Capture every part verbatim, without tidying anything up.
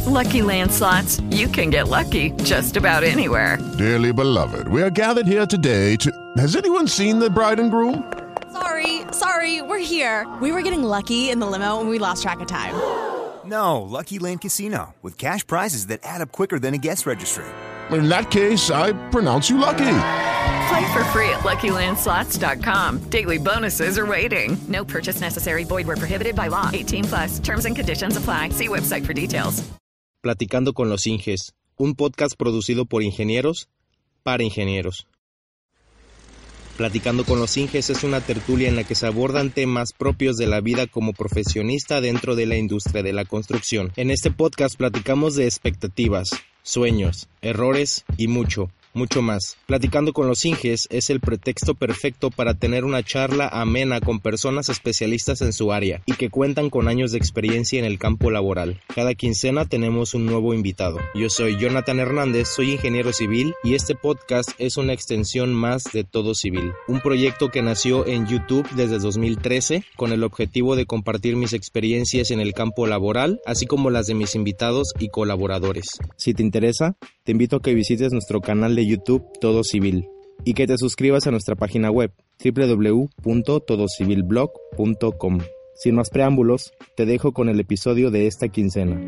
Lucky Land Slots, you can get lucky just about anywhere. Dearly beloved, we are gathered here today to... Has anyone seen the bride and groom? Sorry, sorry, we're here. We were getting lucky in the limo and we lost track of time. No, Lucky Land Casino, with cash prizes that add up quicker than a guest registry. In that case, I pronounce you lucky. Play for free at Lucky Land Slots dot com. Daily bonuses are waiting. No purchase necessary. Void where prohibited by law. eighteen plus. Terms and conditions apply. See website for details. Platicando con los Inges, un podcast producido por ingenieros para ingenieros. Platicando con los Inges es una tertulia en la que se abordan temas propios de la vida como profesionista dentro de la industria de la construcción. En este podcast platicamos de expectativas, sueños, errores y mucho, mucho más. Platicando con los Inges es el pretexto perfecto para tener una charla amena con personas especialistas en su área y que cuentan con años de experiencia en el campo laboral. Cada quincena tenemos un nuevo invitado. Yo soy Jonathan Hernández, soy ingeniero civil y este podcast es una extensión más de Todo Civil, un proyecto que nació en YouTube desde dos mil trece con el objetivo de compartir mis experiencias en el campo laboral, así como las de mis invitados y colaboradores. Si te interesa, te invito a que visites nuestro canal de YouTube Todo Civil y que te suscribas a nuestra página web doble u doble u doble u punto todo civil blog punto com. Sin más preámbulos, te dejo con el episodio de esta quincena.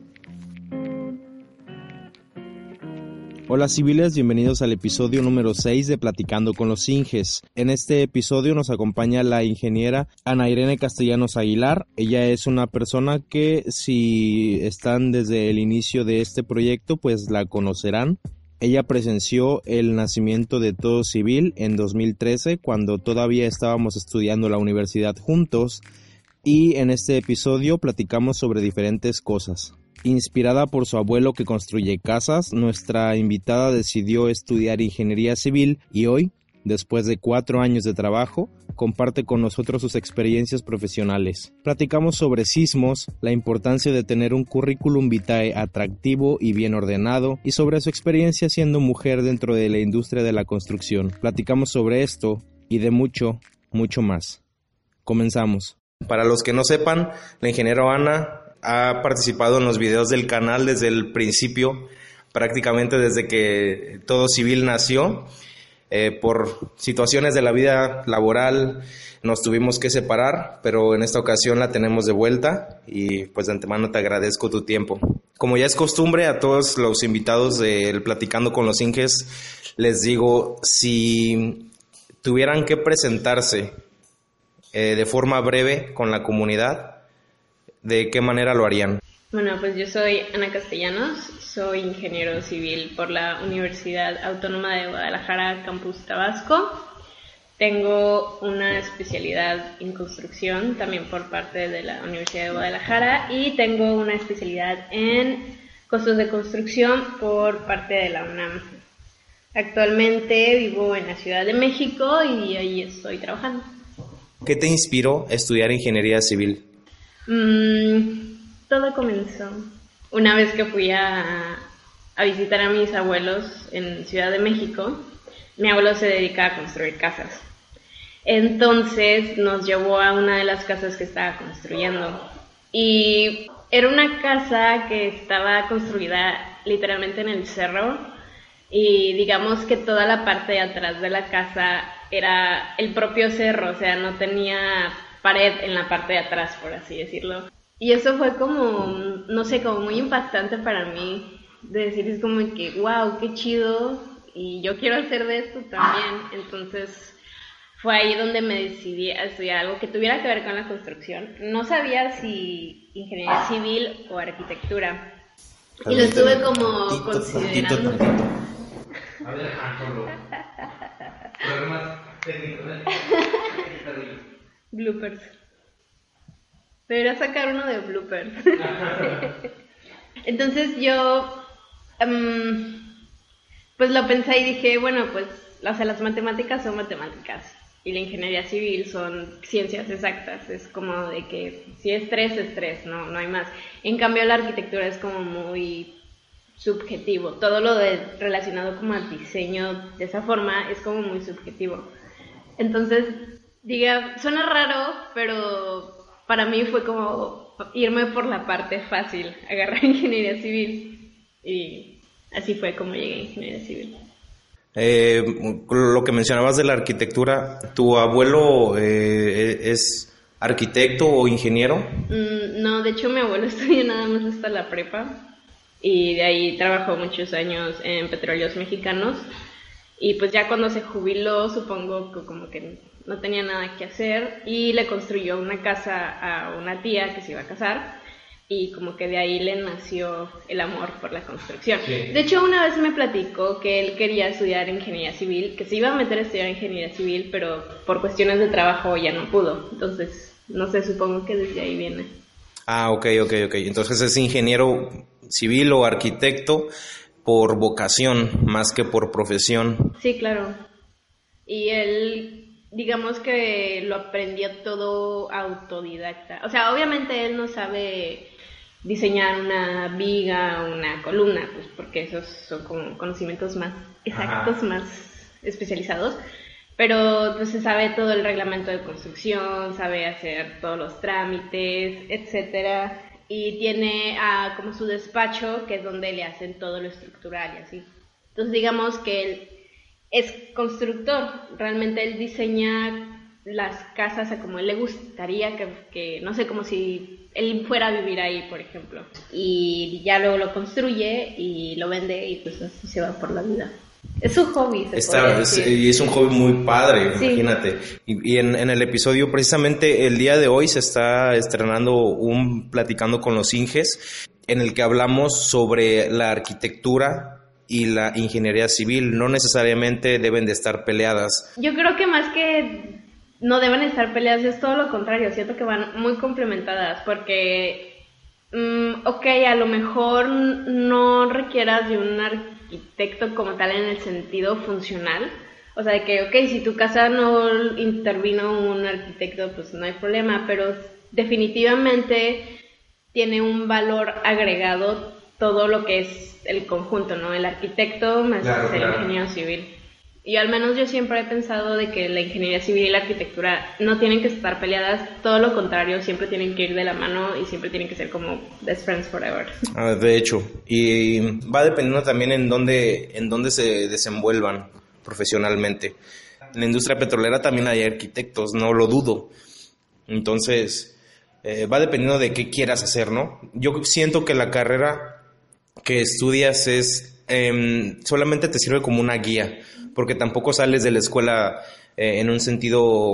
Hola civiles, bienvenidos al episodio número seis de Platicando con los Inges. En este episodio nos acompaña la ingeniera Ana Irene Castellanos Aguilar. Ella es una persona que si están desde el inicio de este proyecto pues la conocerán. Ella presenció el nacimiento de Todo Civil en dos mil trece cuando todavía estábamos estudiando la universidad juntos y en este episodio platicamos sobre diferentes cosas. Inspirada por su abuelo que construye casas, nuestra invitada decidió estudiar ingeniería civil y hoy, después de cuatro años de trabajo, comparte con nosotros sus experiencias profesionales. Platicamos sobre sismos, la importancia de tener un currículum vitae atractivo y bien ordenado, y sobre su experiencia siendo mujer dentro de la industria de la construcción. Platicamos sobre esto y de mucho, mucho más. Comenzamos. Para los que no sepan, la ingeniera Ana ha participado en los videos del canal desde el principio, prácticamente desde que Todo Civil nació. Eh, por situaciones de la vida laboral nos tuvimos que separar, pero en esta ocasión la tenemos de vuelta y pues de antemano te agradezco tu tiempo. Como ya es costumbre, a todos los invitados del Platicando con los Inges les digo, si tuvieran que presentarse eh, de forma breve con la comunidad, ¿de qué manera lo harían? Bueno, pues yo soy Ana Castellanos, soy ingeniero civil por la Universidad Autónoma de Guadalajara, Campus Tabasco. Tengo una especialidad en construcción también por parte de la Universidad de Guadalajara y tengo una especialidad en costos de construcción por parte de la UNAM. Actualmente vivo en la Ciudad de México y ahí estoy trabajando. ¿Qué te inspiró a estudiar ingeniería civil? Mm, todo comenzó una vez que fui a, a visitar a mis abuelos en Ciudad de México. Mi abuelo se dedica a construir casas. Entonces nos llevó a una de las casas que estaba construyendo. Y era una casa que estaba construida literalmente en el cerro. Y digamos que toda la parte de atrás de la casa era el propio cerro, o sea, no tenía pared en la parte de atrás, por así decirlo. Y eso fue como, no sé, como muy impactante para mí, de decir, es como que, wow, qué chido, y yo quiero hacer de esto también. Entonces fue ahí donde me decidí a estudiar algo que tuviera que ver con la construcción. No sabía si ingeniería civil o arquitectura, y lo estuve como considerando. A ver, problemas técnicos. Bloopers. Debería sacar uno de bloopers. Entonces yo, um, pues lo pensé y dije, bueno, pues, o sea, las matemáticas son matemáticas y la ingeniería civil son ciencias exactas. Es como de que si es tres, es tres, no, no hay más. En cambio, la arquitectura es como muy subjetivo. Todo lo de, relacionado como al diseño de esa forma es como muy subjetivo. Entonces, diga, suena raro, pero para mí fue como irme por la parte fácil, agarrar ingeniería civil, y así fue como llegué a ingeniería civil. Eh, lo que mencionabas de la arquitectura, ¿tu abuelo eh, es arquitecto o ingeniero? Mm, no, de hecho mi abuelo estudió nada más hasta la prepa y de ahí trabajó muchos años en Petróleos Mexicanos y pues ya cuando se jubiló supongo que como que no tenía nada que hacer y le construyó una casa a una tía que se iba a casar. Y como que de ahí le nació el amor por la construcción. Sí. De hecho, una vez me platicó que él quería estudiar ingeniería civil, que se iba a meter a estudiar ingeniería civil, pero por cuestiones de trabajo ya no pudo. Entonces, no sé, supongo que desde ahí viene. Ah, ok, ok, ok. Entonces es ingeniero civil o arquitecto por vocación, más que por profesión. Sí, claro. Y él, digamos que lo aprendió todo autodidacta. O sea, obviamente él no sabe diseñar una viga o una columna, pues porque esos son como conocimientos más exactos, Ajá. más especializados, pero pues se sabe todo el reglamento de construcción, sabe hacer todos los trámites, etcétera, y tiene ah, como su despacho, que es donde le hacen todo lo estructural y así. Entonces digamos que él es constructor, realmente él diseña las casas a como él le gustaría, que, que no sé, como si él fuera a vivir ahí, por ejemplo, y ya luego lo construye y lo vende y pues así se va por la vida. Es un hobby, se Está, es, y es un hobby muy padre, sí. Imagínate. Y, y en, en el episodio, precisamente el día de hoy se está estrenando un Platicando con los Inges, en el que hablamos sobre la arquitectura y la ingeniería civil. No necesariamente deben de estar peleadas. Yo creo que más que no deben estar peleadas, es todo lo contrario. Siento que van muy complementadas porque, um, ok, a lo mejor no requieras de un arquitecto como tal en el sentido funcional. O sea, de que, ok, si tu casa no intervino un arquitecto, pues no hay problema, pero definitivamente tiene un valor agregado todo lo que es el conjunto, ¿no? El arquitecto más claro, el claro. ingeniero civil. Y al menos yo siempre he pensado de que la ingeniería civil y la arquitectura no tienen que estar peleadas, todo lo contrario, siempre tienen que ir de la mano y siempre tienen que ser como best friends forever. Ah, de hecho, y va dependiendo también en dónde, en dónde se desenvuelvan profesionalmente. En la industria petrolera también hay arquitectos, no lo dudo. Entonces, eh, va dependiendo de qué quieras hacer, ¿no? Yo siento que la carrera que estudias es eh, solamente te sirve como una guía, porque tampoco sales de la escuela eh, en un sentido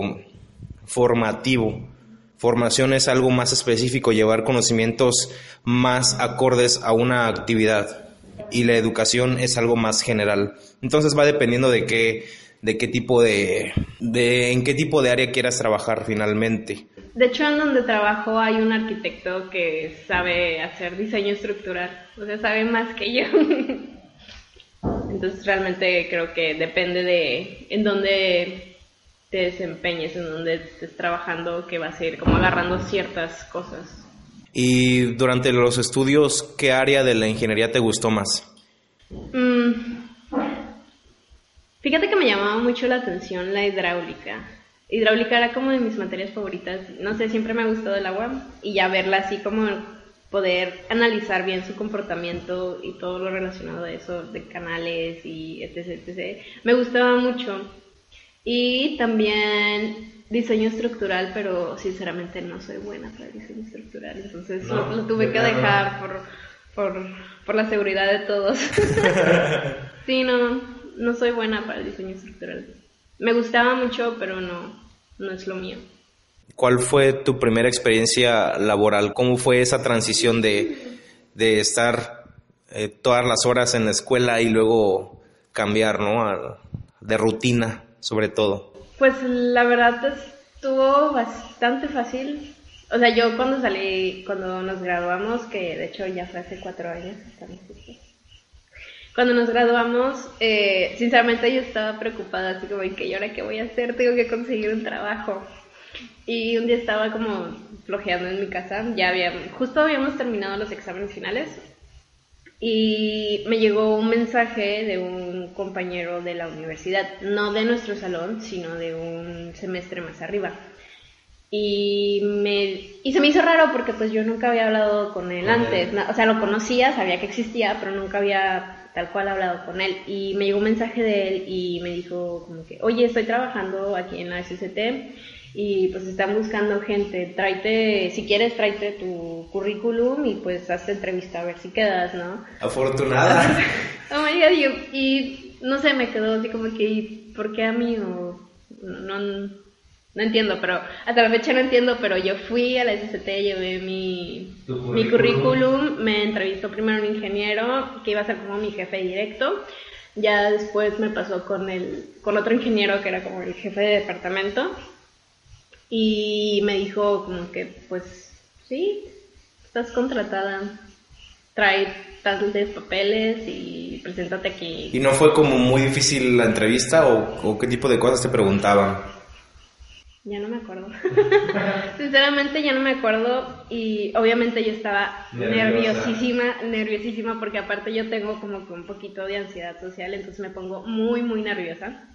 formativo. Formación es algo más específico, llevar conocimientos más acordes a una actividad, y la educación es algo más general. Entonces va dependiendo de qué, de qué tipo de, de, en qué tipo de área quieras trabajar finalmente. De hecho, en donde trabajo hay un arquitecto que sabe hacer diseño estructural, o sea, sabe más que yo. Entonces, realmente creo que depende de en dónde te desempeñes, en dónde estés trabajando, que vas a ir como agarrando ciertas cosas. Y durante los estudios, ¿qué área de la ingeniería te gustó más? Mm, fíjate que me llamaba mucho la atención la hidráulica. Hidráulica era como de mis materias favoritas. No sé, siempre me ha gustado el agua y ya verla así como poder analizar bien su comportamiento y todo lo relacionado a eso, de canales y etc, etcétera. Me gustaba mucho. Y también diseño estructural, pero sinceramente no soy buena para el diseño estructural, entonces no, lo, lo tuve que dejar por, por, por la seguridad de todos. Sí, no, no soy buena para el diseño estructural. Me gustaba mucho, pero no, no es lo mío. ¿Cuál fue tu primera experiencia laboral? ¿Cómo fue esa transición de, de estar eh, todas las horas en la escuela y luego cambiar, ¿no? A, de rutina, sobre todo. Pues la verdad estuvo bastante fácil. O sea, yo cuando salí, cuando nos graduamos, que de hecho ya fue hace cuatro años, estamos aquí. Cuando nos graduamos, eh, sinceramente yo estaba preocupada, así como, ¿y ahora qué voy a hacer? Tengo que conseguir un trabajo. Y un día estaba como flojeando en mi casa, ya habíamos, justo habíamos terminado los exámenes finales, y me llegó un mensaje de un compañero de la universidad, no de nuestro salón, sino de un semestre más arriba. y me y se me hizo raro porque pues yo nunca había hablado con él antes, ¿no? O sea, lo conocía, sabía que existía, pero nunca había tal cual hablado con él, y me llegó un mensaje de él y me dijo como que, oye, estoy trabajando aquí en la S C T y pues están buscando gente, tráete, si quieres tráete tu currículum y pues hazte entrevista a ver si quedas, ¿no? Afortunada. Oh my God, y, y no sé, me quedó así como que, ¿por qué a mí? O, no, no, no entiendo, pero hasta la fecha no entiendo, pero yo fui a la S C T, llevé mi, currículum? mi currículum, me entrevistó primero un ingeniero que iba a ser como mi jefe directo, ya después me pasó con, el, con otro ingeniero que era como el jefe de departamento, y me dijo como que, pues, sí, estás contratada, trae tantos papeles y preséntate aquí. ¿Y no fue como muy difícil la entrevista o, o qué tipo de cosas te preguntaban? Ya no me acuerdo. Sinceramente ya no me acuerdo, y obviamente yo estaba Nerviosa. nerviosísima, nerviosísima porque aparte yo tengo como que un poquito de ansiedad social, entonces me pongo muy, muy nerviosa.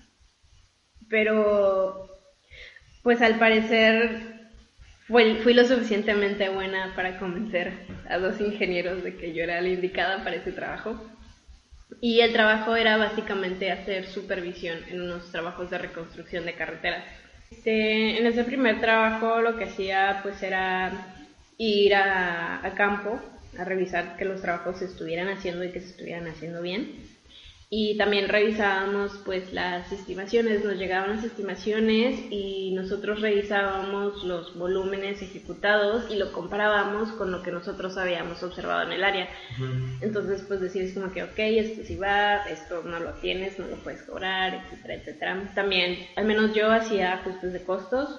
Pero pues al parecer fui, fui lo suficientemente buena para convencer a dos ingenieros de que yo era la indicada para ese trabajo. Y el trabajo era básicamente hacer supervisión en unos trabajos de reconstrucción de carreteras. Este, en ese primer trabajo lo que hacía pues era ir a, a campo a revisar que los trabajos se estuvieran haciendo y que se estuvieran haciendo bien. Y también revisábamos pues las estimaciones, nos llegaban las estimaciones y nosotros revisábamos los volúmenes ejecutados y lo comparábamos con lo que nosotros habíamos observado en el área. Uh-huh. Entonces pues decir como que ok, esto sí va, esto no lo tienes, no lo puedes cobrar, etcétera, etcétera. También, al menos yo hacía ajustes de costos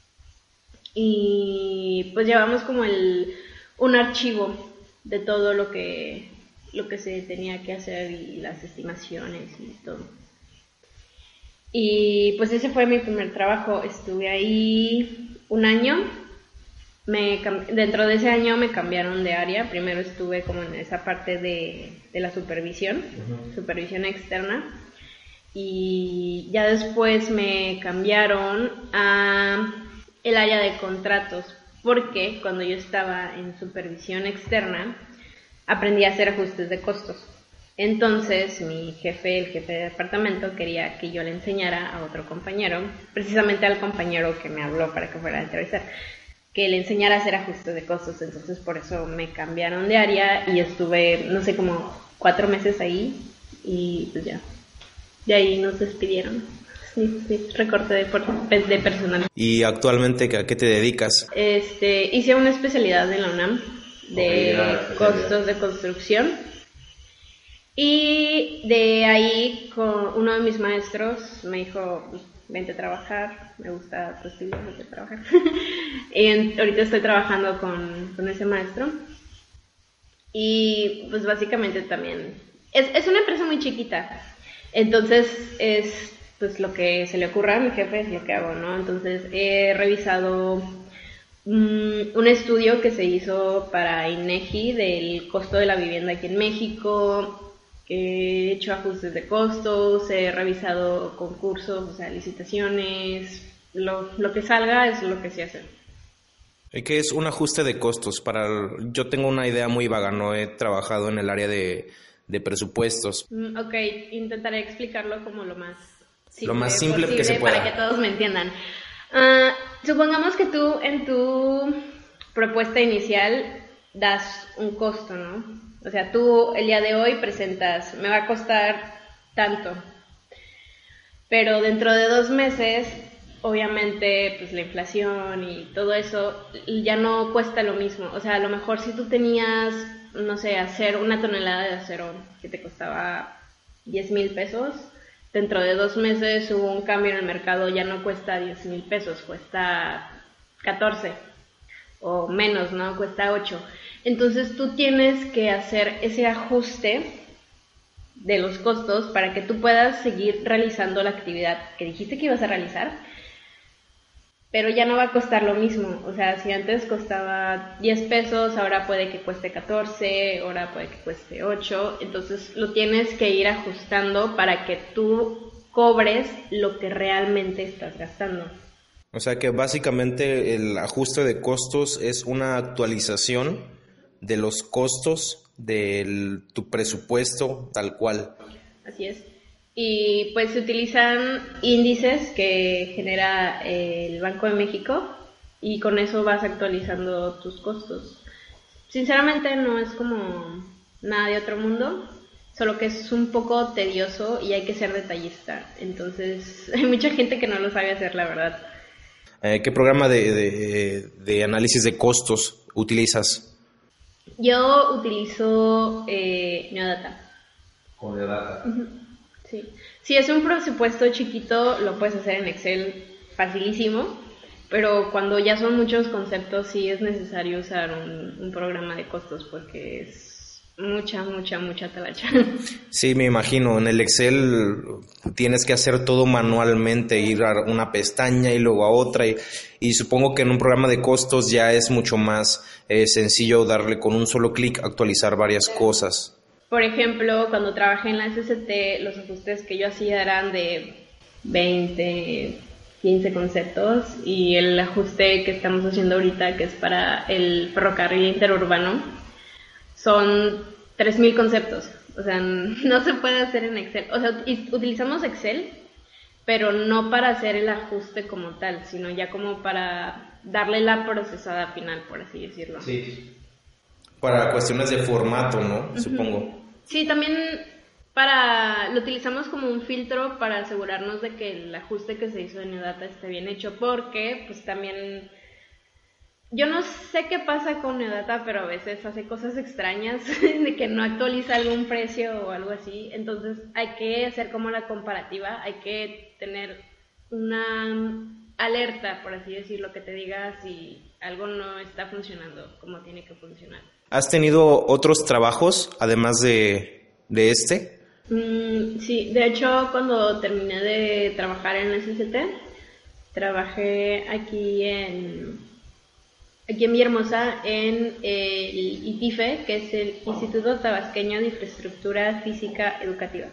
y pues llevamos como el un archivo de todo lo que lo que se tenía que hacer y las estimaciones y todo. Y pues ese fue mi primer trabajo. Estuve ahí un año. Me, dentro de ese año me cambiaron de área. Primero estuve como en esa parte de, de la supervisión, uh-huh. supervisión externa. Y ya después me cambiaron a el área de contratos, porque cuando yo estaba en supervisión externa aprendí a hacer ajustes de costos. Entonces mi jefe, el jefe de departamento, quería que yo le enseñara a otro compañero, precisamente al compañero que me habló para que fuera a entrevistar, que le enseñara a hacer ajustes de costos. Entonces por eso me cambiaron de área y estuve, no sé, como cuatro meses ahí y pues ya, de ahí nos despidieron. Sí, sí, recorte de, de personal. ¿Y actualmente a qué te dedicas? Este, hice una especialidad en la UNAM de costos de construcción, y de ahí con uno de mis maestros me dijo, vente a trabajar, me gusta tu estilo, vente a trabajar. Y en, ahorita estoy trabajando con, con ese maestro, y pues básicamente también es, es una empresa muy chiquita, entonces es pues lo que se le ocurra a mi jefe es lo que hago, ¿no? Entonces he revisado un estudio que se hizo para INEGI del costo de la vivienda aquí en México, he hecho ajustes de costos, he revisado concursos, o sea, licitaciones, lo, lo que salga es lo que se hace. ¿Qué es un ajuste de costos? Para el, yo tengo una idea muy vaga, no he trabajado en el área de, de presupuestos. Mm, ok, intentaré explicarlo como lo más simple, lo más simple que se pueda, para que todos me entiendan. Uh, supongamos que tú en tu propuesta inicial das un costo, ¿no? O sea, tú el día de hoy presentas, me va a costar tanto, pero dentro de dos meses, obviamente, pues la inflación y todo eso ya no cuesta lo mismo. O sea, a lo mejor si tú tenías, no sé, hacer una tonelada de acero que te costaba diez mil pesos, dentro de dos meses hubo un cambio en el mercado, ya no cuesta diez mil pesos, cuesta catorce o menos, ¿no? Cuesta ocho. Entonces tú tienes que hacer ese ajuste de los costos para que tú puedas seguir realizando la actividad que dijiste que ibas a realizar, pero ya no va a costar lo mismo. O sea, si antes costaba diez pesos, ahora puede que cueste catorce, ahora puede que cueste ocho. Entonces lo tienes que ir ajustando para que tú cobres lo que realmente estás gastando. O sea que básicamente el ajuste de costos es una actualización de los costos de tu presupuesto tal cual. Así es. Y pues se utilizan índices que genera el Banco de México y con eso vas actualizando tus costos. Sinceramente no es como nada de otro mundo, solo que es un poco tedioso y hay que ser detallista. Entonces hay mucha gente que no lo sabe hacer, la verdad. Eh, ¿Qué programa de, de, de análisis de costos utilizas? Yo utilizo eh, Neodata. Con Neodata. Uh-huh. Sí. Si es un presupuesto chiquito, lo puedes hacer en Excel facilísimo, pero cuando ya son muchos conceptos sí es necesario usar un, un programa de costos porque es mucha, mucha, mucha talacha. Sí, me imagino. En el Excel tienes que hacer todo manualmente, ir a una pestaña y luego a otra. Y, y supongo que en un programa de costos ya es mucho más eh, sencillo darle con un solo clic, actualizar varias cosas. Por ejemplo, cuando trabajé en la S S T, los ajustes que yo hacía eran de veinte, quince conceptos. Y el ajuste que estamos haciendo ahorita, que es para el ferrocarril interurbano, son tres mil conceptos, o sea, no se puede hacer en Excel. O sea, utilizamos Excel, pero no para hacer el ajuste como tal, sino ya como para darle la procesada final, por así decirlo. Sí. Para cuestiones de formato, ¿no? Uh-huh. Supongo. Sí, también para lo utilizamos como un filtro para asegurarnos de que el ajuste que se hizo en Neodata esté bien hecho, porque pues también... Yo no sé qué pasa con Neodata, pero a veces hace cosas extrañas de que no actualiza algún precio o algo así. Entonces hay que hacer como la comparativa, hay que tener una alerta, por así decirlo, que te diga si algo no está funcionando como tiene que funcionar. ¿Has tenido otros trabajos además de, de este? Mm, sí, de hecho cuando terminé de trabajar en la S S T, trabajé aquí en... Aquí en Villahermosa, en el I T I F E, que es el Instituto Tabasqueño de Infraestructura Física Educativa.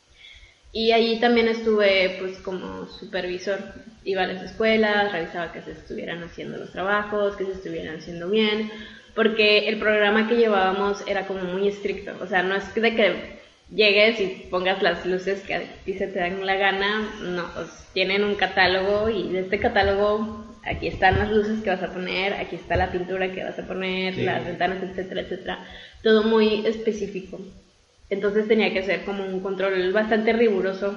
Y allí también estuve pues como supervisor. Iba a las escuelas, revisaba que se estuvieran haciendo los trabajos, que se estuvieran haciendo bien, porque el programa que llevábamos era como muy estricto. O sea, no es de que llegues y pongas las luces que a ti se te dan la gana, no, pues tienen un catálogo y de este catálogo... Aquí están las luces que vas a poner, aquí está la pintura que vas a poner, sí. Las ventanas, etcétera, etcétera. Todo muy específico. Entonces tenía que ser como un control bastante riguroso.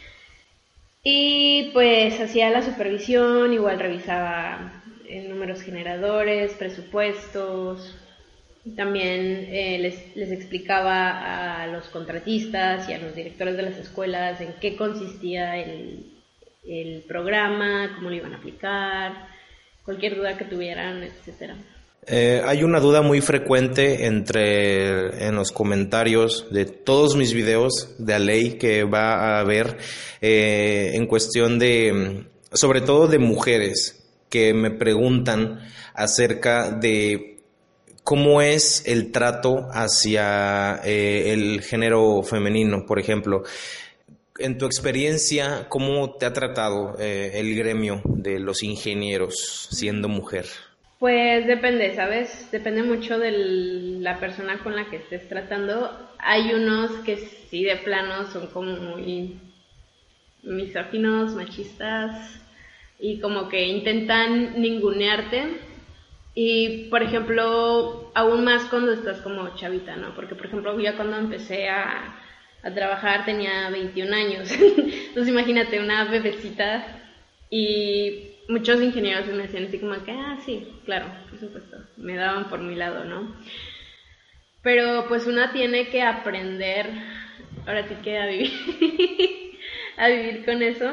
Y pues hacía la supervisión, igual revisaba eh, números generadores, presupuestos. También eh, les, les explicaba a los contratistas y a los directores de las escuelas en qué consistía el... el programa, cómo lo iban a aplicar, cualquier duda que tuvieran, etcétera. Eh, hay una duda muy frecuente entre en los comentarios de todos mis videos de ley que va a haber eh, en cuestión de, sobre todo de mujeres, que me preguntan acerca de cómo es el trato hacia eh, el género femenino, por ejemplo. En tu experiencia, ¿cómo te ha tratado eh, el gremio de los ingenieros siendo mujer? Pues depende, ¿sabes? Depende mucho de la persona con la que estés tratando. Hay unos que sí de plano son como muy misóginos, machistas y como que intentan ningunearte. Y, por ejemplo, aún más cuando estás como chavita, ¿no? Porque, por ejemplo, ya cuando empecé a... a trabajar tenía veintiún años, entonces imagínate una bebecita y muchos ingenieros me decían así como que, ah, sí, claro, por supuesto, me daban por mi lado, ¿no? Pero pues una tiene que aprender, ahora sí que a vivir, a vivir con eso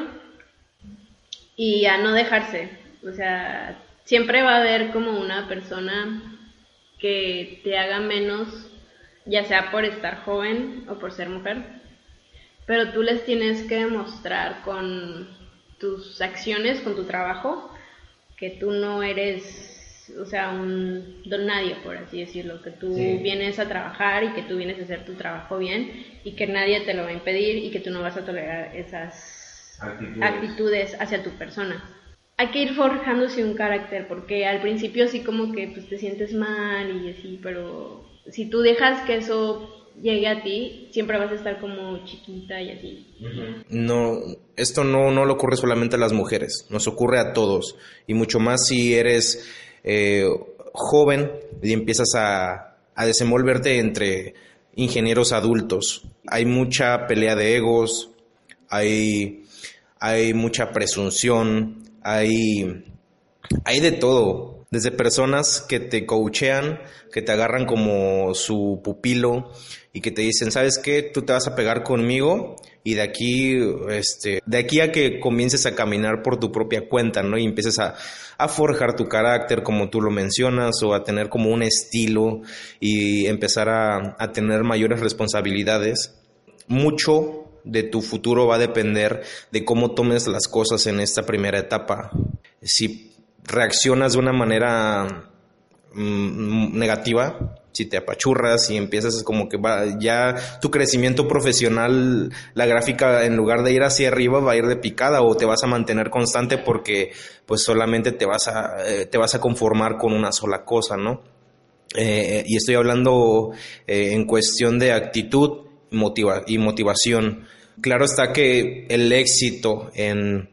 y a no dejarse, o sea, siempre va a haber como una persona que te haga menos, ya sea por estar joven o por ser mujer, pero tú les tienes que demostrar con tus acciones, con tu trabajo, que tú no eres, o sea, un don nadie, por así decirlo, que tú sí. vienes a trabajar y que tú vienes a hacer tu trabajo bien y que nadie te lo va a impedir y que tú no vas a tolerar esas actitudes, actitudes hacia tu persona. hay que ir forjándose un carácter, porque al principio sí como que pues te sientes mal y así, pero si tú dejas que eso llegue a ti, siempre vas a estar como chiquita y así. No, esto no, no le ocurre solamente a las mujeres, nos ocurre a todos, y mucho más si eres eh, joven y empiezas a, a desenvolverte entre ingenieros adultos. Hay mucha pelea de egos, hay, hay mucha presunción, hay, hay de todo, desde personas que te coachean, que te agarran como su pupilo y que te dicen, ¿sabes qué? Tú te vas a pegar conmigo y de aquí, este, de aquí a que comiences a caminar por tu propia cuenta, ¿no? Y empieces a, a forjar tu carácter como tú lo mencionas, o a tener como un estilo y empezar a, a tener mayores responsabilidades. Mucho de tu futuro va a depender de cómo tomes las cosas en esta primera etapa. Si reaccionas de una manera mmm, negativa, si te apachurras y empiezas como que va ya tu crecimiento profesional, la gráfica en lugar de ir hacia arriba va a ir de picada, o te vas a mantener constante porque pues solamente te vas a eh, te vas a conformar con una sola cosa, ¿no? Eh, y estoy hablando eh, en cuestión de actitud motiva- y motivación. Claro está que el éxito en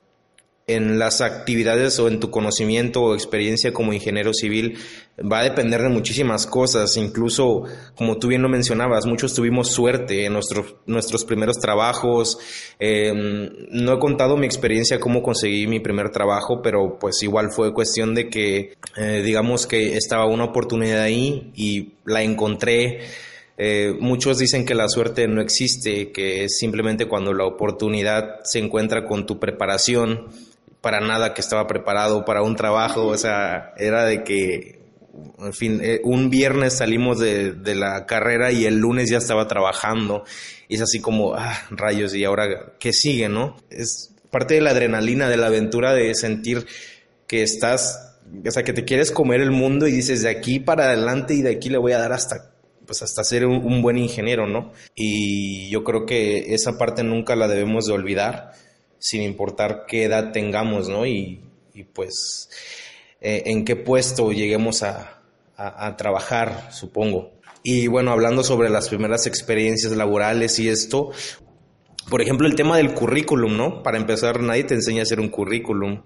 en las actividades o en tu conocimiento o experiencia como ingeniero civil va a depender de muchísimas cosas. Incluso, como tú bien lo mencionabas, muchos tuvimos suerte en nuestros, nuestros primeros trabajos. Eh, no he contado mi experiencia, cómo conseguí mi primer trabajo, pero pues igual fue cuestión de que, eh, digamos que estaba una oportunidad ahí y la encontré. Eh, muchos dicen que la suerte no existe, que es simplemente cuando la oportunidad se encuentra con tu preparación. Para nada que estaba preparado para un trabajo, o sea, era de que, en fin, eh, un viernes salimos de, de la carrera y el lunes ya estaba trabajando, y es así como, ah, rayos, y ahora, ¿qué sigue, no? Es parte de la adrenalina, de la aventura, de sentir que estás, o sea, que te quieres comer el mundo y dices, de aquí para adelante y de aquí le voy a dar hasta, pues hasta ser un, un buen ingeniero, ¿no? Y yo creo que esa parte nunca la debemos de olvidar, sin importar qué edad tengamos, ¿no? Y, y pues eh, en qué puesto lleguemos a, a, a trabajar, supongo. Y bueno, hablando sobre las primeras experiencias laborales y esto, por ejemplo, el tema del currículum, ¿no? Para empezar, nadie te enseña a hacer un currículum.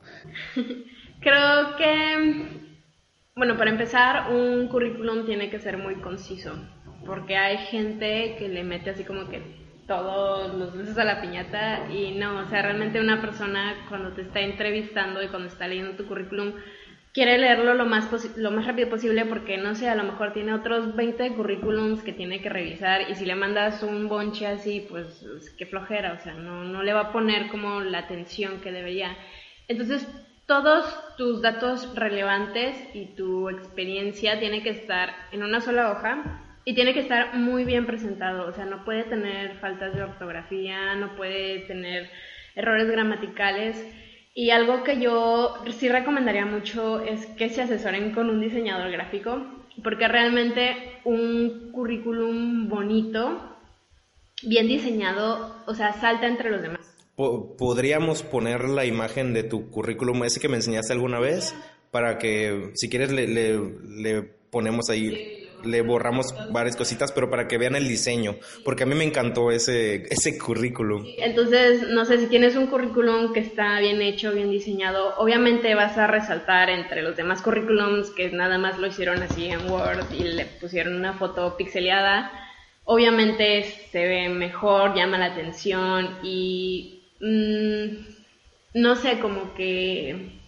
Creo que, bueno, para empezar, un currículum tiene que ser muy conciso, porque hay gente que le mete así como que todos los besos a la piñata, y no, o sea, realmente una persona cuando te está entrevistando y cuando está leyendo tu currículum quiere leerlo lo más posi- lo más rápido posible, porque no sé, a lo mejor tiene otros veinte currículums que tiene que revisar, y si le mandas un bonche así, pues qué flojera, o sea, no, no le va a poner como la atención que debería. Entonces, todos tus datos relevantes y tu experiencia tiene que estar en una sola hoja. Y tiene que estar muy bien presentado, o sea, no puede tener faltas de ortografía, no puede tener errores gramaticales. Y algo que yo sí recomendaría mucho es que se asesoren con un diseñador gráfico, porque realmente un currículum bonito, bien diseñado, o sea, salta entre los demás. ¿Podríamos poner la imagen de tu currículum, ese que me enseñaste alguna vez? Para que, si quieres, le, le, le ponemos ahí... Sí. Le borramos varias cositas, pero para que vean el diseño, porque a mí me encantó ese, ese currículum. Entonces, no sé, si tienes un currículum que está bien hecho, bien diseñado, obviamente vas a resaltar entre los demás currículums que nada más lo hicieron así en Word y le pusieron una foto pixeleada. Obviamente se ve mejor, llama la atención y mmm, no sé, como que...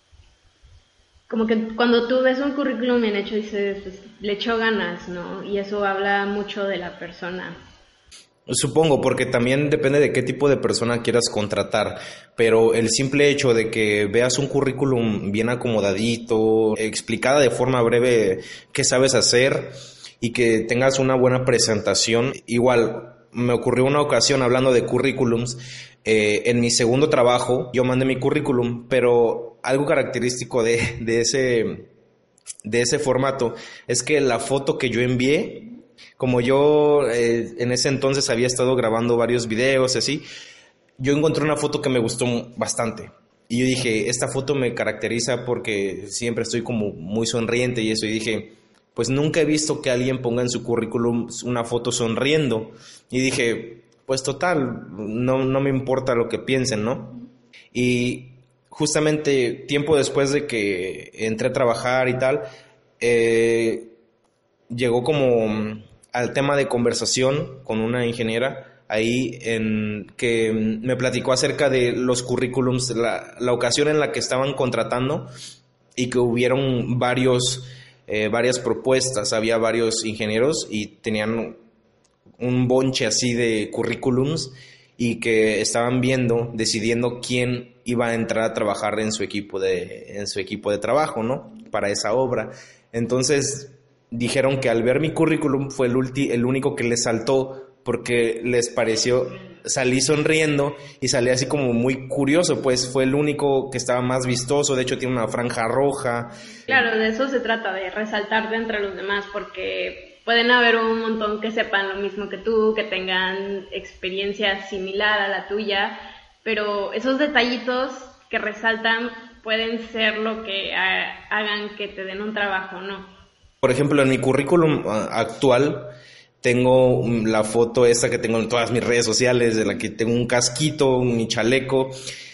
Como que cuando tú ves un currículum bien hecho, dices, pues, le echó ganas, ¿no? Y eso habla mucho de la persona. Supongo, porque también depende de qué tipo de persona quieras contratar, pero el simple hecho de que veas un currículum bien acomodadito, explicada de forma breve qué sabes hacer y que tengas una buena presentación. Igual, me ocurrió una ocasión hablando de currículums, eh, en mi segundo trabajo yo mandé mi currículum, pero algo característico de, de, ese, de ese formato es que la foto que yo envié, como yo eh, en ese entonces había estado grabando varios videos así, yo encontré una foto que me gustó bastante Y yo dije, esta foto me caracteriza porque siempre estoy como muy sonriente y eso. Y dije, pues nunca he visto que alguien ponga en su currículum una foto sonriendo. Y dije, pues total, no, no me importa lo que piensen, ¿no? Y justamente tiempo después de que entré a trabajar y tal, eh, llegó como al tema de conversación con una ingeniera ahí en que me platicó acerca de los currículums, la, la ocasión en la que estaban contratando y que hubieron varios, eh, varias propuestas, había varios ingenieros y tenían un bonche así de currículums y que estaban viendo, decidiendo quién iba a entrar a trabajar en su equipo de, en su equipo de trabajo, ¿no? Para esa obra. Entonces dijeron que al ver mi currículum fue el, ulti, el único que les saltó porque les pareció, salí sonriendo y salí así como muy curioso, pues fue el único que estaba más vistoso, de hecho tiene una franja roja. Claro, de eso se trata, de resaltarte entre los demás, porque pueden haber un montón que sepan lo mismo que tú, que tengan experiencia similar a la tuya, pero esos detallitos que resaltan pueden ser lo que ha, hagan que te den un trabajo, ¿no? Por ejemplo, en mi currículum actual tengo la foto esa que tengo en todas mis redes sociales, de la que tengo un casquito, mi chaleco,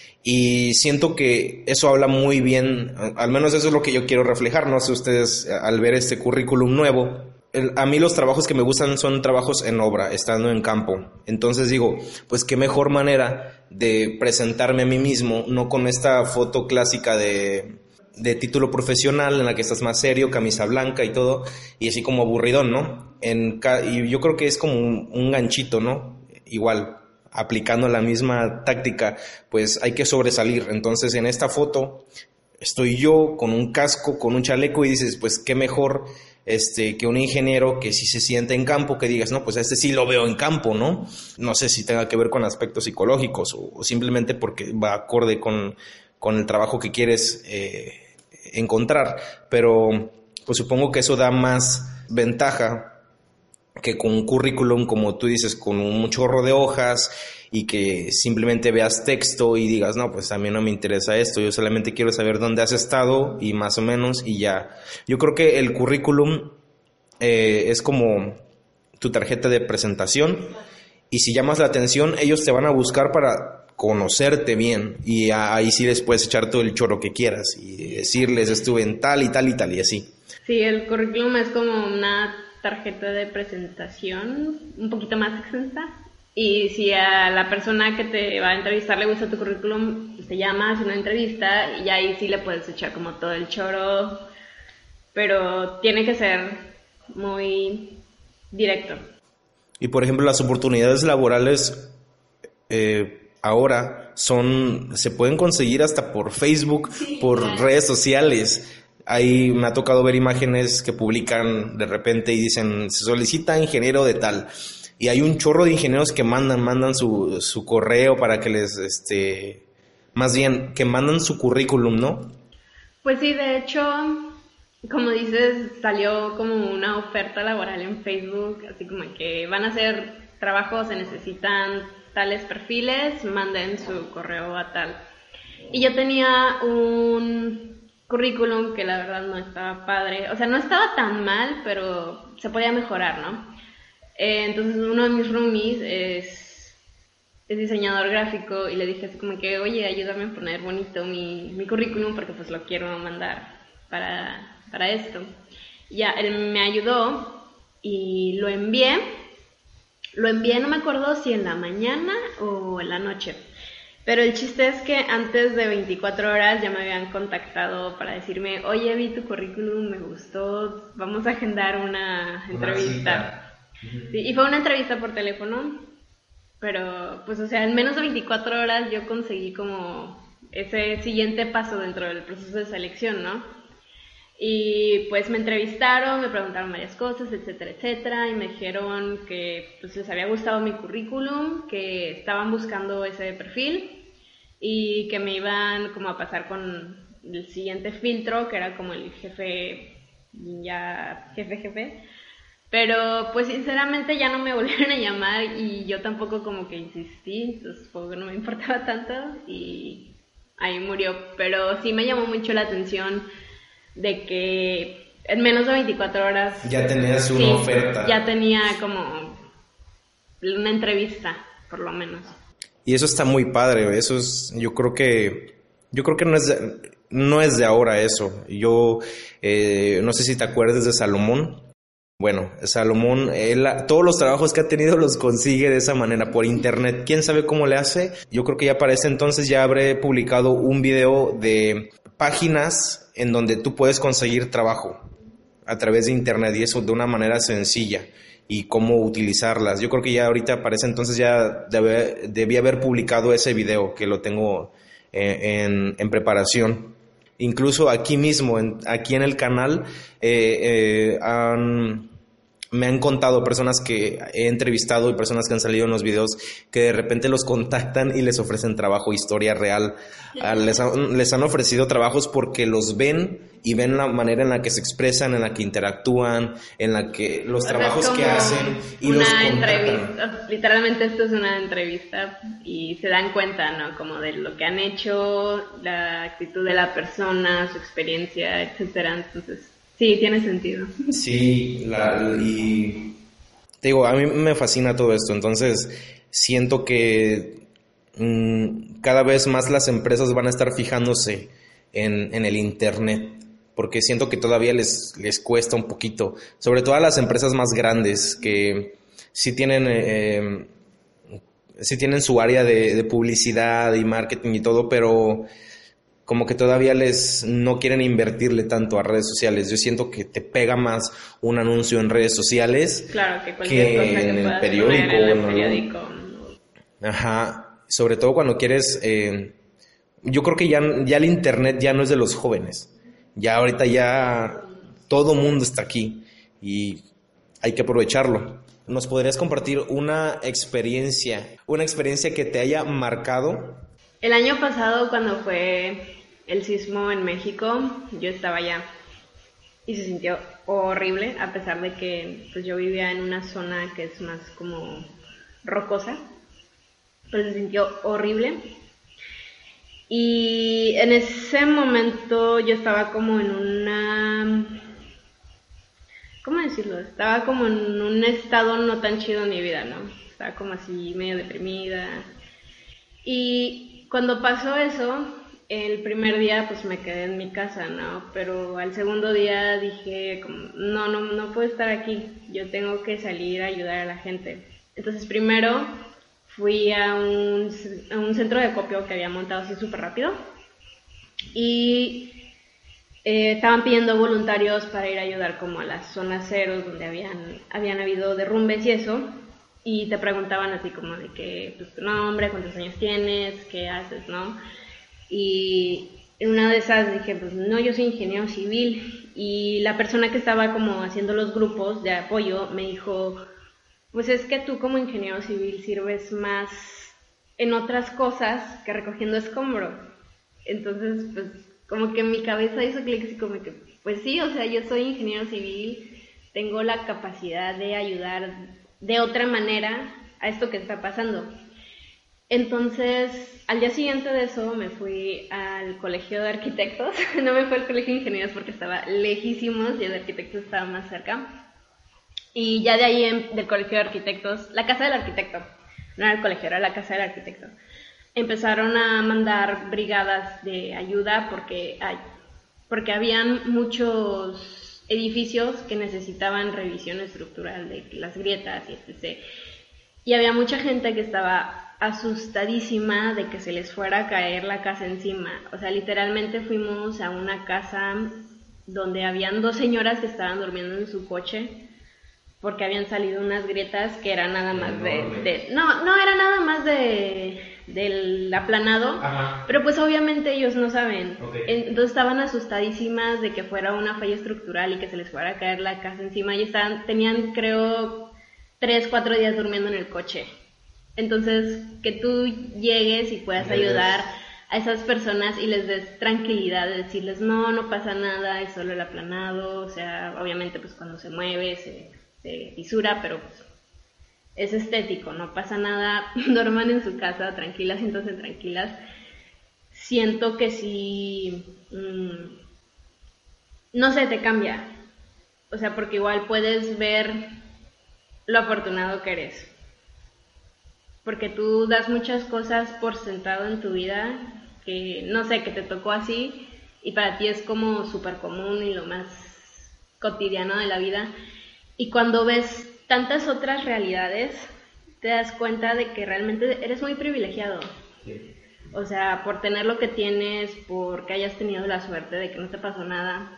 y siento que eso habla muy bien, al menos eso es lo que yo quiero reflejar, no sé ustedes al ver este currículum nuevo. El, a mí los trabajos que me gustan son trabajos en obra, estando en campo. Entonces digo, pues qué mejor manera de presentarme a mí mismo, no con esta foto clásica de... de título profesional en la que estás más serio, camisa blanca y todo, y así como aburridón, ¿no? En ca- y yo creo que es como un, un ganchito, ¿no? Igual, aplicando la misma táctica, pues hay que sobresalir. Entonces en esta foto estoy yo con un casco, con un chaleco y dices, pues qué mejor este, que un ingeniero que sí se siente en campo, que digas, no, pues a este sí lo veo en campo, ¿no? No sé si tenga que ver con aspectos psicológicos o, o simplemente porque va acorde con, con el trabajo que quieres eh, encontrar, pero pues supongo que eso da más ventaja que con un currículum, como tú dices, con un chorro de hojas y que simplemente veas texto y digas, no, pues a mí no me interesa esto, yo solamente quiero saber dónde has estado y más o menos y ya. Yo creo que el currículum eh, es como tu tarjeta de presentación y si llamas la atención, ellos te van a buscar para conocerte bien y ahí sí les puedes echar todo el choro que quieras y decirles estuve en tal y tal y tal y así. Sí, el currículum es como una tarjeta de presentación un poquito más extensa y si a la persona que te va a entrevistar le gusta tu currículum, te llama, hace una entrevista y ahí sí le puedes echar como todo el choro, pero tiene que ser muy directo. Y por ejemplo las oportunidades laborales eh, ahora son, se pueden conseguir hasta por Facebook, sí, por claro. redes sociales. Ahí me ha tocado ver imágenes que publican de repente y dicen, se solicita ingeniero de tal. Y hay un chorro de ingenieros que mandan, mandan su, su correo para que les, este, más bien, que mandan su currículum, ¿no? Pues sí, de hecho, como dices, salió como una oferta laboral en Facebook, así como que van a hacer trabajos, se necesitan tales perfiles, manden su correo a tal. Y yo tenía un currículum que la verdad no estaba padre, o sea, no estaba tan mal, pero se podía mejorar, ¿no? Eh, entonces uno de mis roomies es, es diseñador gráfico y le dije así como que, oye, ayúdame a poner bonito mi, mi currículum porque pues lo quiero mandar para, para esto. Ya, él me ayudó y lo envié, lo envié, no me acuerdo si en la mañana o en la noche. Pero el chiste es que antes de veinticuatro horas ya me habían contactado para decirme, oye, vi tu currículum, me gustó, vamos a agendar una entrevista. Sí, y fue una entrevista por teléfono, pero pues o sea, en menos de veinticuatro horas yo conseguí como ese siguiente paso dentro del proceso de selección, ¿no? Y pues me entrevistaron, me preguntaron varias cosas, etcétera, etcétera, y me dijeron que pues les había gustado mi currículum, que estaban buscando ese perfil y que me iban como a pasar con el siguiente filtro, que era como el jefe, ya jefe, jefe. Pero pues sinceramente ya no me volvieron a llamar y yo tampoco como que insistí, entonces pues, no me importaba tanto y ahí murió, pero sí me llamó mucho la atención de que en menos de veinticuatro horas... Ya tenías una sí, oferta. Ya tenía como una entrevista, por lo menos. Y eso está muy padre, eso es, yo creo que, yo creo que no es de, no es de ahora eso. Yo, eh, no sé si te acuerdas de Salomón. Bueno, Salomón, él, todos los trabajos que ha tenido los consigue de esa manera, por internet. ¿Quién sabe cómo le hace? Yo creo que ya para ese entonces ya habré publicado un video de páginas en donde tú puedes conseguir trabajo a través de internet, y eso de una manera sencilla, y cómo utilizarlas. Yo creo que ya ahorita para ese entonces ya debe, debí haber publicado ese video, que lo tengo eh, en, en preparación. Incluso aquí mismo, en, aquí en el canal, eh, eh, han, me han contado personas que he entrevistado y personas que han salido en los videos que de repente los contactan y les ofrecen trabajo, historia real. Ah, les, han, les han ofrecido trabajos porque los ven y ven la manera en la que se expresan, en la que interactúan, en la que los O sea, trabajos es que como hacen y una los contactan. entrevista, literalmente esto es una entrevista y se dan cuenta, ¿no? Como de lo que han hecho, la actitud de la persona, su experiencia, etcétera. Entonces, sí, tiene sentido. Sí, la, y te digo, a mí me fascina todo esto, entonces siento que mmm, cada vez más las empresas van a estar fijándose en, en el internet, porque siento que todavía les, les cuesta un poquito, sobre todo a las empresas más grandes que sí tienen, eh, sí tienen su área de, de publicidad y marketing y todo, pero como que todavía les no quieren invertirle tanto a redes sociales. Yo siento que te pega más un anuncio en redes sociales, claro, que, cualquier que cosa que en el puedas periódico. poner en el ¿no? periódico. Ajá, sobre todo cuando quieres... Eh, yo creo que ya, ya el internet ya no es de los jóvenes. Ya ahorita ya todo mundo está aquí y hay que aprovecharlo. ¿Nos podrías compartir una experiencia, una experiencia que te haya marcado? El año pasado, cuando fue el sismo en México, yo estaba allá y se sintió horrible, a pesar de que pues, yo vivía en una zona que es más como rocosa, pero se sintió horrible. Y en ese momento yo estaba como en una... ¿Cómo decirlo? Estaba como en un estado no tan chido en mi vida, ¿no? Estaba como así medio deprimida. Y cuando pasó eso, el primer día pues me quedé en mi casa, ¿no? Pero al segundo día dije, como, no, no, no puedo estar aquí. Yo tengo que salir a ayudar a la gente. Entonces primero fui a un, a un centro de acopio que había montado así súper rápido. Y... Eh, estaban pidiendo voluntarios para ir a ayudar como a las zonas ceros donde habían, habían habido derrumbes y eso, y te preguntaban así como de que, pues tu nombre, cuántos años tienes, qué haces, ¿no? Y en una de esas dije, pues no, yo soy ingeniero civil, y la persona que estaba como haciendo los grupos de apoyo me dijo, pues es que tú como ingeniero civil sirves más en otras cosas que recogiendo escombros. Entonces, pues como que en mi cabeza hizo clic así como que, pues sí, o sea, yo soy ingeniero civil, tengo la capacidad de ayudar de otra manera a esto que está pasando. Entonces, al día siguiente de eso me fui al colegio de arquitectos, no me fui al colegio de ingenieros porque estaba lejísimos y el de arquitectos estaba más cerca. Y ya de ahí, en, del colegio de arquitectos, la casa del arquitecto, no era el colegio, era la casa del arquitecto. Empezaron a mandar brigadas de ayuda porque, hay, porque habían muchos edificios que necesitaban revisión estructural de las grietas y etcétera. Y había mucha gente que estaba asustadísima de que se les fuera a caer la casa encima. O sea, literalmente fuimos a una casa donde habían dos señoras que estaban durmiendo en su coche porque habían salido unas grietas que eran nada más de... de no, no, era nada más de... del aplanado. Ajá. Pero pues obviamente ellos no saben. Okay. Entonces estaban asustadísimas de que fuera una falla estructural y que se les fuera a caer la casa encima y estaban, tenían creo tres, cuatro días durmiendo en el coche. Entonces que tú llegues y puedas ayudar a esas personas y les des tranquilidad de decirles no, no pasa nada, es solo el aplanado, o sea, obviamente pues cuando se mueve se, se fisura, pero pues es estético, no pasa nada, duerman en su casa tranquilas, siéntanse tranquilas. siento que sí, mmm, no sé, te cambia. O sea, porque igual puedes ver lo afortunado que eres. Porque tú das muchas cosas por sentado en tu vida, que no sé, que te tocó así, y para ti es como súper común y lo más cotidiano de la vida. Y cuando ves tantas otras realidades, te das cuenta de que realmente eres muy privilegiado. Sí. O sea, por tener lo que tienes, porque hayas tenido la suerte de que no te pasó nada.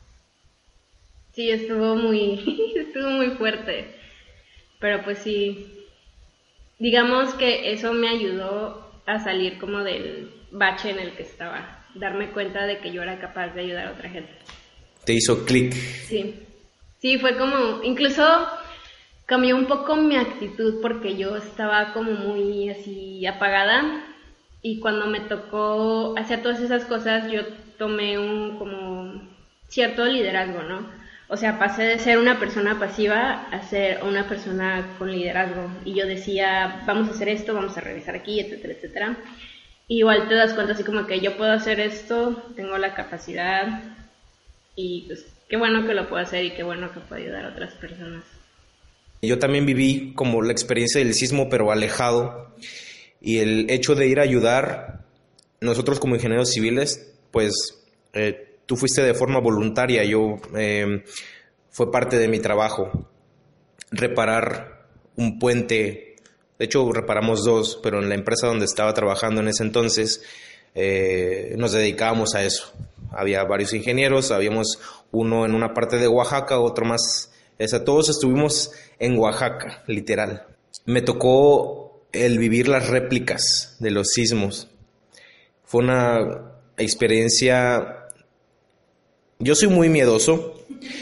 Sí, estuvo muy, estuvo muy fuerte. Pero pues sí, digamos que eso me ayudó a salir como del bache en el que estaba. Darme cuenta de que yo era capaz de ayudar a otra gente. ¿Te hizo clic? Sí. Sí, fue como, incluso cambió un poco mi actitud porque yo estaba como muy así apagada. Y cuando me tocó hacer todas esas cosas, yo tomé un como cierto liderazgo, ¿no? O sea, pasé de ser una persona pasiva a ser una persona con liderazgo. Y yo decía, vamos a hacer esto, vamos a revisar aquí, etcétera, etcétera. Y igual te das cuenta así como que yo puedo hacer esto, tengo la capacidad. Y pues qué bueno que lo puedo hacer y qué bueno que puedo ayudar a otras personas. Yo también viví como la experiencia del sismo, pero alejado. Y el hecho de ir a ayudar, nosotros como ingenieros civiles, pues eh, tú fuiste de forma voluntaria, yo eh, fue parte de mi trabajo, reparar un puente. De hecho reparamos dos, pero en la empresa donde estaba trabajando en ese entonces eh, nos dedicábamos a eso. Había varios ingenieros, habíamos uno en una parte de Oaxaca, otro más, o sea, todos estuvimos en Oaxaca, literal. Me tocó el vivir las réplicas de los sismos. Fue una experiencia. Yo soy muy miedoso,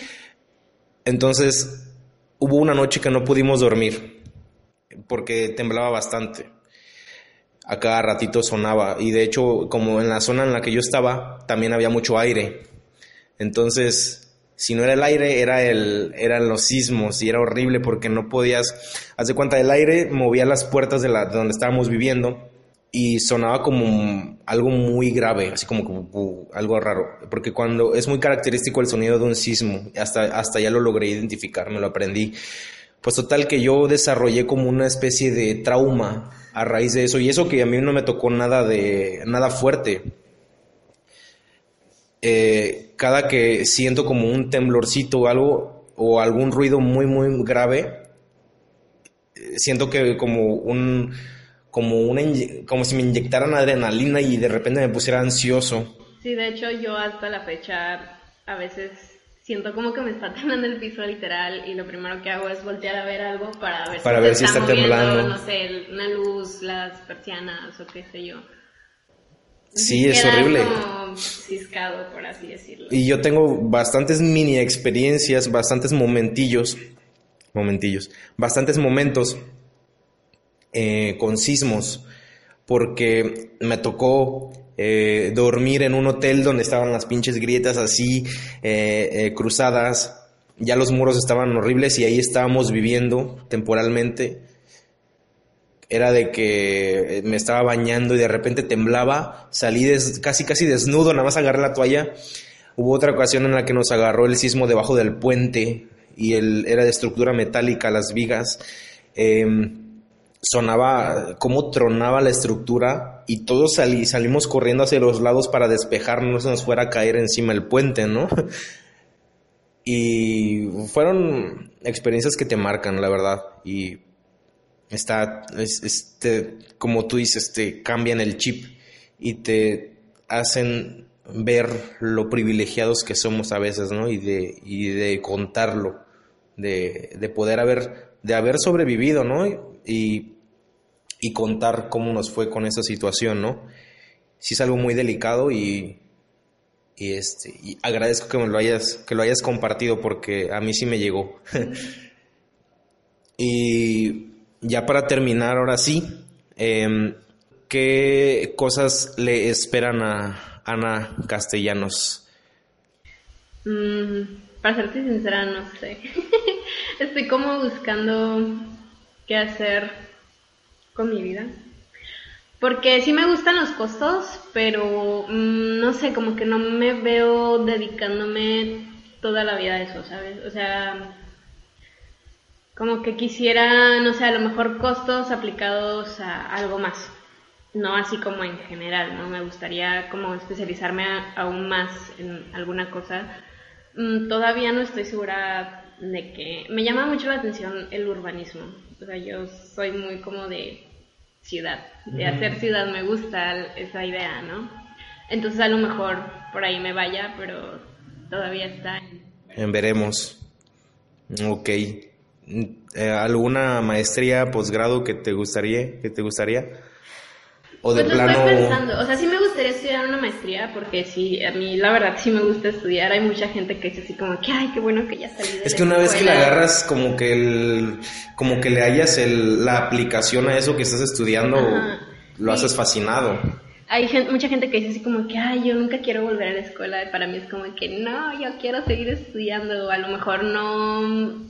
entonces hubo una noche que no pudimos dormir porque temblaba bastante. A cada ratito sonaba, y de hecho, como en la zona en la que yo estaba, también había mucho aire. Entonces, si no era el aire, era el, eran los sismos, y era horrible porque no podías. Haz de cuenta, el aire movía las puertas de, la, de donde estábamos viviendo y sonaba como algo muy grave, así como, como uh, algo raro. Porque cuando es muy característico el sonido de un sismo, hasta, hasta ya lo logré identificar, me lo aprendí. Pues total que yo desarrollé como una especie de trauma a raíz de eso, y eso que a mí no me tocó nada de nada fuerte. Eh, cada que siento como un temblorcito o algo, o algún ruido muy muy grave, eh, siento que como un como una como si me inyectaran adrenalina y de repente me pusiera ansioso. Sí, de hecho yo hasta la fecha a veces siento como que me está temblando el piso literal, y lo primero que hago es voltear a ver algo para ver para si, ver se si está, está moviendo, temblando, no sé, una luz, las persianas o qué sé yo. Sí, es Queda horrible. Como ciscado, por así decirlo. Y yo tengo bastantes mini experiencias, bastantes momentillos, momentillos, bastantes momentos eh, con sismos, porque me tocó eh, dormir en un hotel donde estaban las pinches grietas así eh, eh, cruzadas. Ya los muros estaban horribles y ahí estábamos viviendo temporalmente. Era de que me estaba bañando y de repente temblaba, salí des, casi casi desnudo, nada más agarré la toalla. Hubo otra ocasión en la que nos agarró el sismo debajo del puente y el, era de estructura metálica, las vigas. Eh, sonaba como tronaba la estructura y todos salí, salimos corriendo hacia los lados para despejarnos, no se nos fuera a caer encima el puente, ¿no? Y fueron experiencias que te marcan, la verdad, y está, es, este, como tú dices, te cambian el chip y te hacen ver lo privilegiados que somos a veces, ¿no? Y de, y de contarlo, de, de poder haber, de haber sobrevivido, ¿no? Y, y contar cómo nos fue con esa situación, ¿no? Sí es algo muy delicado y, y este, y agradezco que me lo hayas, que lo hayas compartido porque a mí sí me llegó. Y ya para terminar, ahora sí, eh, ¿qué cosas le esperan a Ana Castellanos? Mm, para serte sincera, no sé. Estoy como buscando qué hacer con mi vida. Porque sí me gustan los costos, pero mmm, no sé, como que no me veo dedicándome toda la vida a eso, ¿sabes? O sea, como que quisiera, no sé, a lo mejor costos aplicados a algo más. No así como en general, ¿no? Me gustaría como especializarme a, aún más en alguna cosa. Mm, todavía no estoy segura de que... Me llama mucho la atención el urbanismo. O sea, yo soy muy como de ciudad, de hacer ciudad, me gusta esa idea, ¿no? Entonces a lo mejor por ahí me vaya, pero todavía está en... En veremos. Ok. Eh, ¿Alguna maestría, posgrado que te gustaría, que te gustaría? O de pues plano... lo estoy pensando, o sea, sí me gustaría estudiar una maestría, porque sí, a mí la verdad sí me gusta estudiar. Hay mucha gente que dice así como que, ay, qué bueno que ya salí de la Es que una vez que le escuela. agarras como que el, como que le hallas el, la aplicación a eso que estás estudiando, Ajá. lo Sí. haces fascinado. Hay gente, mucha gente que dice así como que, ay, yo nunca quiero volver a la escuela. Y para mí es como que, no, yo quiero seguir estudiando. A lo mejor no...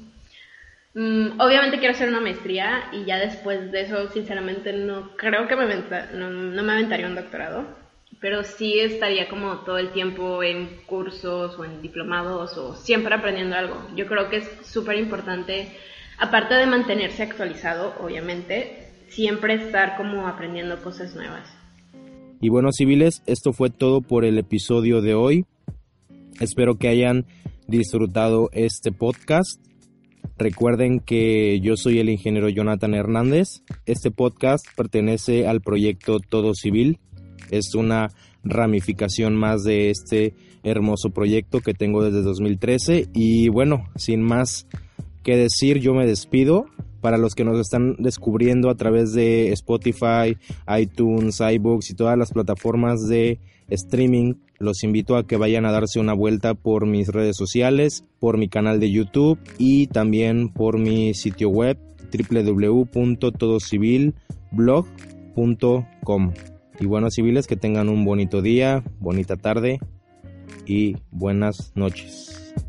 Mm, obviamente quiero hacer una maestría y ya después de eso, sinceramente, no creo que me aventa, no, no me aventaría un doctorado. Pero sí estaría como todo el tiempo en cursos o en diplomados o siempre aprendiendo algo. Yo creo que es súper importante, aparte de mantenerse actualizado, obviamente, siempre estar como aprendiendo cosas nuevas. Y bueno, civiles, esto fue todo por el episodio de hoy. Espero que hayan disfrutado este podcast. Recuerden que yo soy el ingeniero Jonathan Hernández. Este podcast pertenece al proyecto Todo Civil. Es una ramificación más de este hermoso proyecto que tengo desde dos mil trece. Y bueno, sin más que decir, yo me despido. Para los que nos están descubriendo a través de Spotify, iTunes, iBooks y todas las plataformas de streaming, los invito a que vayan a darse una vuelta por mis redes sociales, por mi canal de YouTube y también por mi sitio web doble u doble u doble u punto todo civil blog punto com. Y bueno, civiles, que tengan un bonito día, bonita tarde y buenas noches.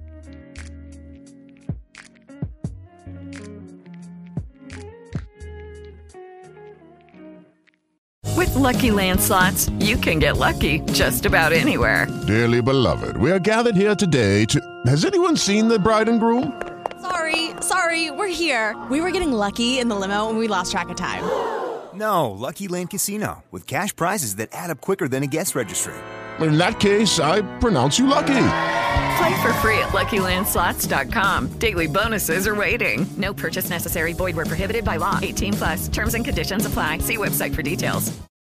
With Lucky Land Slots, you can get lucky just about anywhere. Dearly beloved, we are gathered here today to... Has anyone seen the bride and groom? Sorry, sorry, we're here. We were getting lucky in the limo and we lost track of time. No, Lucky Land Casino, with cash prizes that add up quicker than a guest registry. In that case, I pronounce you lucky. Play for free at lucky land slots dot com. Daily bonuses are waiting. No purchase necessary. Void where prohibited by law. eighteen plus. Terms and conditions apply. See website for details.